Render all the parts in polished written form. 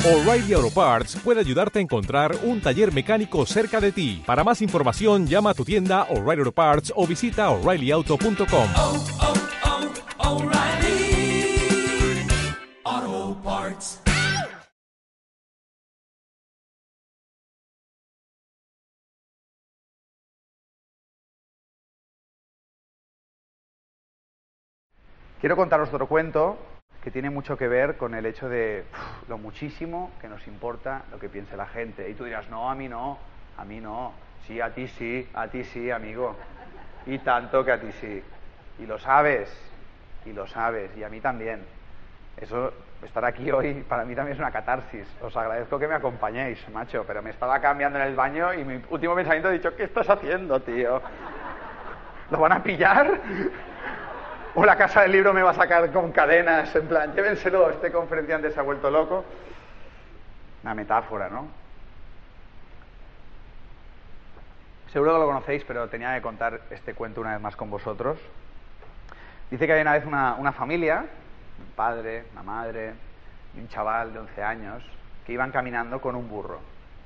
O'Reilly Auto Parts puede ayudarte a encontrar un taller mecánico cerca de ti. Para más información, llama a tu tienda O'Reilly Auto Parts o visita O'ReillyAuto.com. O'Reilly Auto Parts. Quiero contaros otro cuento que tiene mucho que ver con el hecho de lo muchísimo que nos importa lo que piense la gente. Y tú dirás, no, a mí no, a mí no. Sí, a ti sí, amigo. Y tanto que a ti sí. Y lo sabes, y a mí también. Eso, estar aquí hoy, para mí también es una catarsis. Os agradezco que me acompañéis, macho, pero me estaba cambiando en el baño y mi último pensamiento he dicho, ¿qué estás haciendo, tío? ¿Lo van a pillar? O la casa del libro me va a sacar con cadenas, en plan, llévenselo, este conferenciante se ha vuelto loco. Una metáfora, ¿no? Seguro que lo conocéis, pero tenía que contar este cuento una vez más con vosotros. Dice que había una vez una familia, un padre, una madre y un chaval de 11 años, que iban caminando con un burro.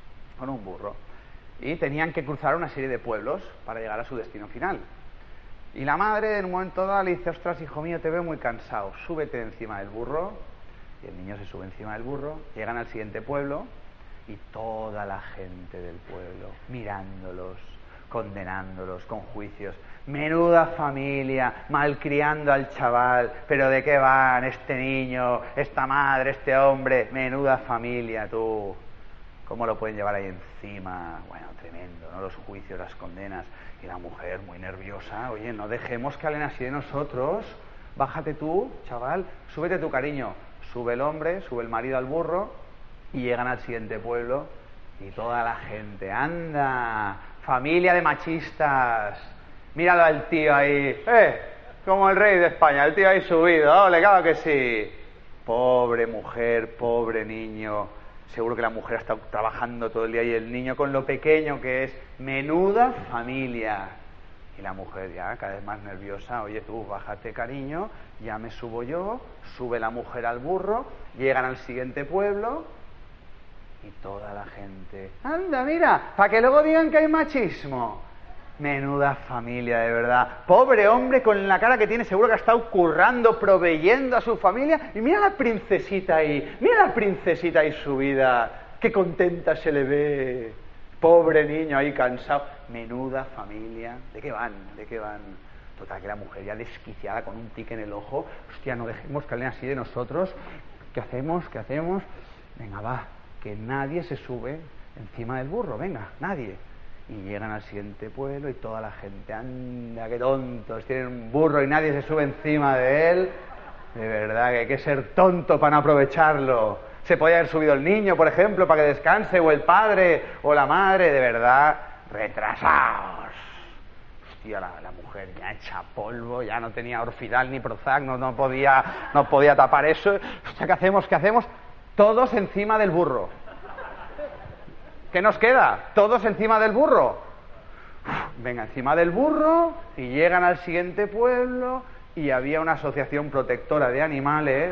Y tenían que cruzar una serie de pueblos para llegar a su destino final. Y la madre en un momento dado le dice, ostras, hijo mío, te veo muy cansado, súbete encima del burro. Y el niño se sube encima del burro, llegan al siguiente pueblo y toda la gente del pueblo mirándolos, condenándolos con juicios. Menuda familia, malcriando al chaval, pero ¿de qué van este niño, esta madre, este hombre? Menuda familia, tú. ¿Cómo lo pueden llevar ahí encima? Bueno, tremendo, ¿no? Los juicios, las condenas. Y la mujer, muy nerviosa, oye, no dejemos que hablen así de nosotros. Bájate tú, chaval, súbete tu cariño. Sube el hombre, sube el marido al burro y llegan al siguiente pueblo y toda la gente, anda, familia de machistas. Míralo al tío ahí, como el rey de España, el tío ahí subido, ole, claro que sí. Pobre mujer, pobre niño. Seguro que la mujer ha estado trabajando todo el día y el niño con lo pequeño que es. Menuda familia. Y la mujer ya cada vez más nerviosa. Oye tú, bájate cariño, ya me subo yo. Sube la mujer al burro. Llegan al siguiente pueblo. Y toda la gente, anda, mira, para que luego digan que hay machismo. Menuda familia, de verdad. Pobre hombre con la cara que tiene, seguro que ha estado currando, proveyendo a su familia. Y mira la princesita ahí subida. Qué contenta se le ve. Pobre niño ahí cansado. Menuda familia. ¿De qué van? Total, que la mujer ya desquiciada con un tic en el ojo. Hostia, no dejemos que hablen así de nosotros. ¿Qué hacemos? Venga, va, que nadie se sube encima del burro. Venga, nadie. Y llegan al siguiente pueblo y toda la gente, anda, qué tontos, tienen un burro y nadie se sube encima de él. De verdad que hay que ser tonto para no aprovecharlo. Se podía haber subido el niño, por ejemplo, para que descanse, o el padre, o la madre, de verdad, retrasados. Hostia, la mujer ya hecha polvo, ya no tenía Orfidal ni Prozac, no podía tapar eso. Hostia, ¿qué hacemos? Todos encima del burro. ¿Qué nos queda? Todos encima del burro. Venga, encima del burro y llegan al siguiente pueblo y había una asociación protectora de animales.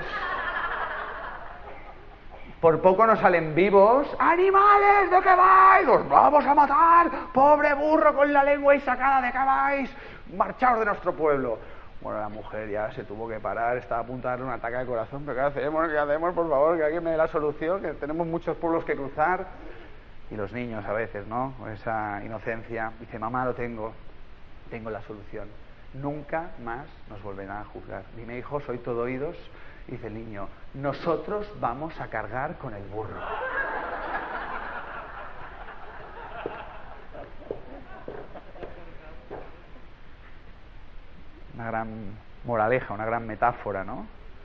Por poco no salen vivos. ¡Animales! ¿De qué vais? ¡Os vamos a matar! ¡Pobre burro con la lengua ahí sacada! ¿De qué vais? ¡Marchaos de nuestro pueblo! Bueno, la mujer ya se tuvo que parar, estaba a punto de darle un ataque al corazón. ¿Pero qué hacemos? Por favor, que alguien me dé la solución, que tenemos muchos pueblos que cruzar. Y los niños a veces, ¿no? Con esa inocencia, dice, mamá, lo tengo la solución. Nunca más nos volverán a juzgar. Dime, hijo, soy todo oídos. Y dice el niño, nosotros vamos a cargar con el burro. Una gran moraleja, una gran metáfora, ¿no?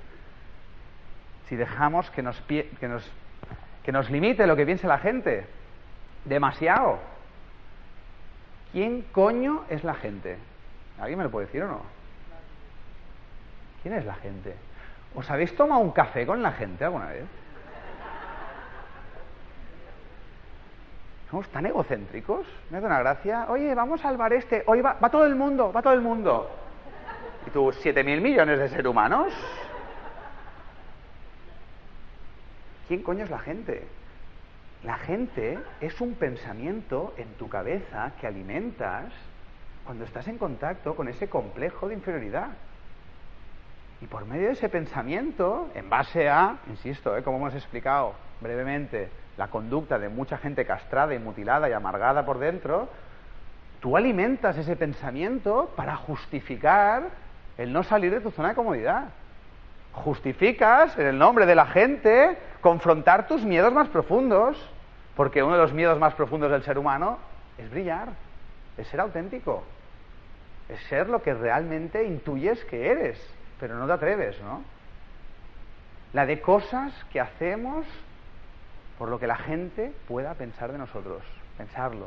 Si dejamos que nos limite lo que piense la gente, demasiado. ¿Quién coño es la gente? ¿Alguien me lo puede decir o no? ¿Quién es la gente? ¿Os habéis tomado un café con la gente alguna vez? Somos tan egocéntricos. Me da una gracia. Oye, vamos al bar este. Oye, va todo el mundo. ¿Y tú, 7.000 millones de seres humanos? ¿Quién coño es la gente? La gente es un pensamiento en tu cabeza que alimentas cuando estás en contacto con ese complejo de inferioridad. Y por medio de ese pensamiento, en base a, insisto, como hemos explicado brevemente, la conducta de mucha gente castrada y mutilada y amargada por dentro, tú alimentas ese pensamiento para justificar el no salir de tu zona de comodidad. Justificas, en el nombre de la gente, confrontar tus miedos más profundos, porque uno de los miedos más profundos del ser humano es brillar, es ser auténtico, es ser lo que realmente intuyes que eres, pero no te atreves, ¿no? La de cosas que hacemos por lo que la gente pueda pensar de nosotros, pensarlo.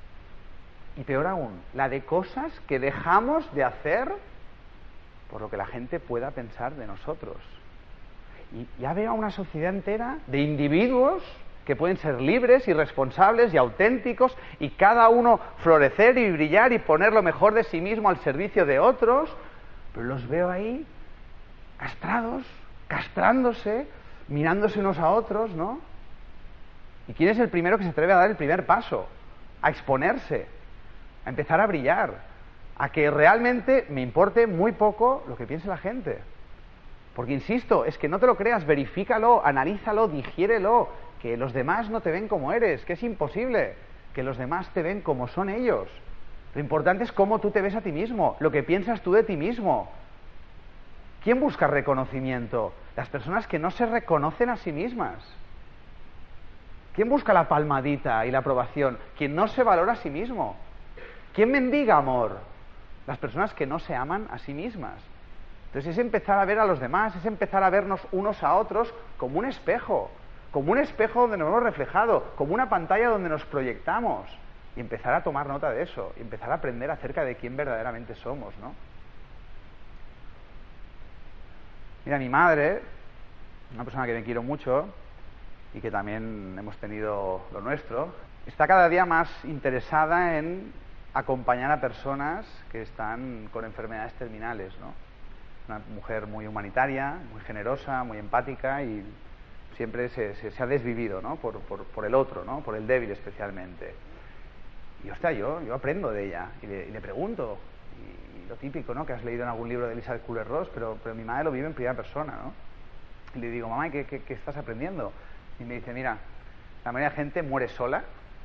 Y peor aún, la de cosas que dejamos de hacer por lo que la gente pueda pensar de nosotros. Y ya veo a una sociedad entera de individuos que pueden ser libres y responsables y auténticos y cada uno florecer y brillar y poner lo mejor de sí mismo al servicio de otros, pero los veo ahí castrados, castrándose, mirándose unos a otros, ¿no? ¿Y quién es el primero que se atreve a dar el primer paso? A exponerse, a empezar a brillar, a que realmente me importe muy poco lo que piense la gente. Porque insisto, es que no te lo creas, verifícalo, analízalo, digiérelo, que los demás no te ven como eres, que es imposible que los demás te ven como son ellos. Lo importante es cómo tú te ves a ti mismo, lo que piensas tú de ti mismo. ¿Quién busca reconocimiento? Las personas que no se reconocen a sí mismas. ¿Quién busca la palmadita y la aprobación? Quien no se valora a sí mismo. ¿Quién mendiga amor? Las personas que no se aman a sí mismas. Entonces es empezar a ver a los demás, es empezar a vernos unos a otros como un espejo donde nos hemos reflejado, como una pantalla donde nos proyectamos, y empezar a tomar nota de eso, y empezar a aprender acerca de quién verdaderamente somos, ¿no? Mira, mi madre, una persona que me quiero mucho y que también hemos tenido lo nuestro, está cada día más interesada en acompañar a personas que están con enfermedades terminales, ¿no? Una mujer muy humanitaria, muy generosa, muy empática y siempre se ha desvivido, ¿no? por el otro, ¿no? Por el débil especialmente. Y hostia, yo aprendo de ella y le pregunto, y lo típico, ¿no? Que has leído en algún libro de Elizabeth Kubler-Ross, pero mi madre lo vive en primera persona, ¿no? Y le digo, mamá, ¿qué estás aprendiendo? Y me dice, mira, la mayoría de gente muere sola.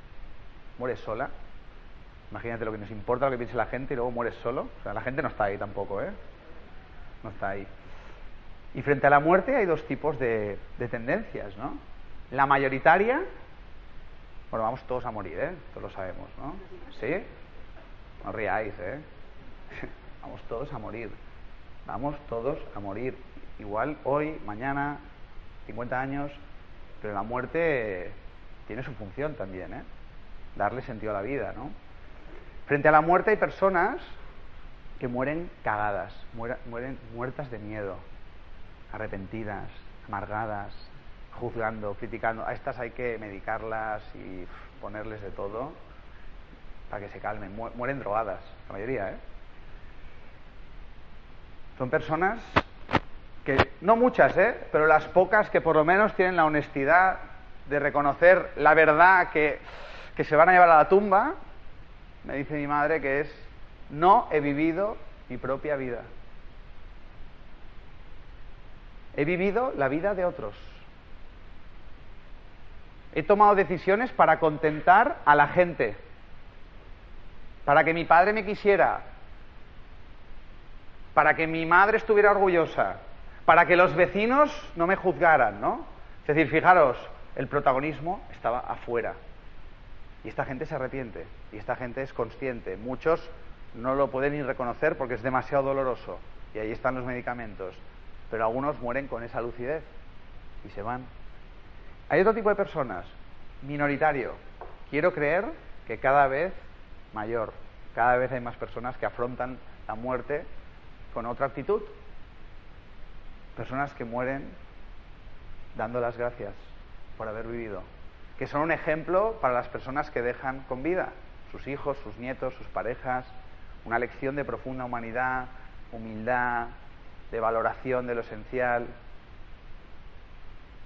Imagínate lo que nos importa, lo que piense la gente, y luego mueres solo. O sea, la gente no está ahí tampoco, ¿eh? No está ahí. Y frente a la muerte hay dos tipos de tendencias, ¿no? La mayoritaria, bueno, vamos todos a morir, ¿eh? Todos lo sabemos, ¿no? ¿Sí? No ríais, ¿eh? Vamos todos a morir. Vamos todos a morir. Igual hoy, mañana, 50 años, pero la muerte tiene su función también, ¿eh? Darle sentido a la vida, ¿no? Frente a la muerte hay personas que mueren cagadas, mueren muertas de miedo, arrepentidas, amargadas, juzgando, criticando. A estas hay que medicarlas y ponerles de todo para que se calmen. Mueren drogadas, la mayoría, ¿eh? Son personas que, no muchas, pero las pocas que por lo menos tienen la honestidad de reconocer la verdad que se van a llevar a la tumba. Me dice mi madre que es: no he vivido mi propia vida. He vivido la vida de otros. He tomado decisiones para contentar a la gente, para que mi padre me quisiera, para que mi madre estuviera orgullosa, para que los vecinos no me juzgaran, ¿no? Es decir, fijaros, el protagonismo estaba afuera. Y esta gente se arrepiente, y esta gente es consciente. Muchos no lo pueden ni reconocer porque es demasiado doloroso, y ahí están los medicamentos. Pero algunos mueren con esa lucidez y se van. Hay otro tipo de personas, minoritario. Quiero creer que cada vez mayor, cada vez hay más personas que afrontan la muerte con otra actitud. Personas que mueren dando las gracias por haber vivido, que son un ejemplo para las personas que dejan con vida, sus hijos, sus nietos, sus parejas, una lección de profunda humanidad, humildad, de valoración de lo esencial.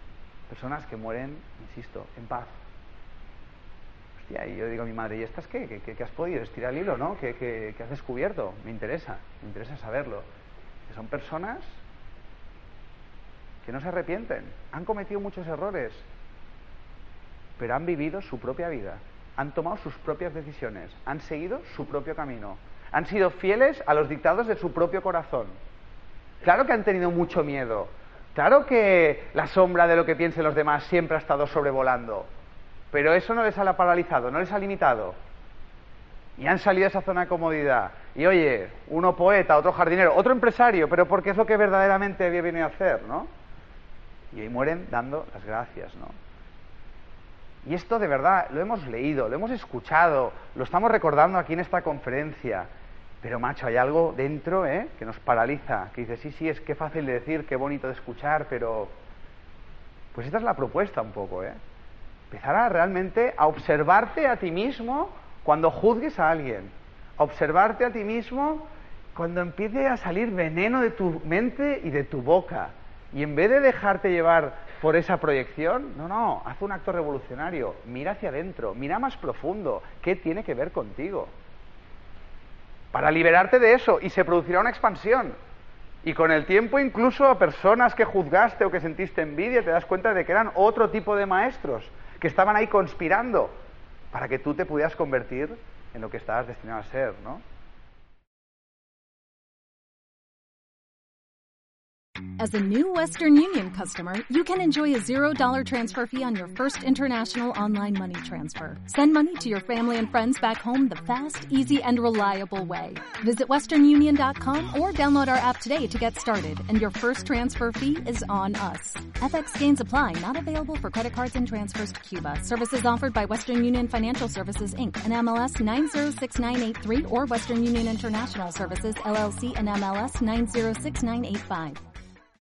Personas que mueren, insisto, en paz. Hostia, y yo digo a mi madre, ¿y estas qué? ¿Qué has podido? Estirar el hilo, ¿no? ¿Qué has descubierto? Me interesa saberlo. Que son personas que no se arrepienten, han cometido muchos errores, pero han vivido su propia vida, han tomado sus propias decisiones, han seguido su propio camino, han sido fieles a los dictados de su propio corazón. Claro que han tenido mucho miedo, claro que la sombra de lo que piensen los demás siempre ha estado sobrevolando, pero eso no les ha paralizado, no les ha limitado. Y han salido de esa zona de comodidad. Y oye, uno poeta, otro jardinero, otro empresario, pero porque es lo que verdaderamente había venido a hacer, ¿no? Y hoy mueren dando las gracias, ¿no? Y esto de verdad lo hemos leído, lo hemos escuchado, lo estamos recordando aquí en esta conferencia. Pero macho, hay algo dentro, que nos paraliza, que dice, sí, es que fácil de decir, qué bonito de escuchar, pero... Pues esta es la propuesta un poco, Empezar a realmente a observarte a ti mismo cuando juzgues a alguien, a observarte a ti mismo cuando empiece a salir veneno de tu mente y de tu boca. Y en vez de dejarte llevar por esa proyección, no, haz un acto revolucionario, mira hacia adentro, mira más profundo, ¿qué tiene que ver contigo? Para liberarte de eso, y se producirá una expansión. Y con el tiempo incluso a personas que juzgaste o que sentiste envidia, te das cuenta de que eran otro tipo de maestros, que estaban ahí conspirando para que tú te pudieras convertir en lo que estabas destinado a ser, ¿no? As a new Western Union customer, you can enjoy a $0 transfer fee on your first international online money transfer. Send money to your family and friends back home the fast, easy, and reliable way. Visit westernunion.com or download our app today to get started, and your first transfer fee is on us. FX gains apply, not available for credit cards and transfers to Cuba. Services offered by Western Union Financial Services, Inc., and MLS 906983, or Western Union International Services, LLC, and MLS 906985.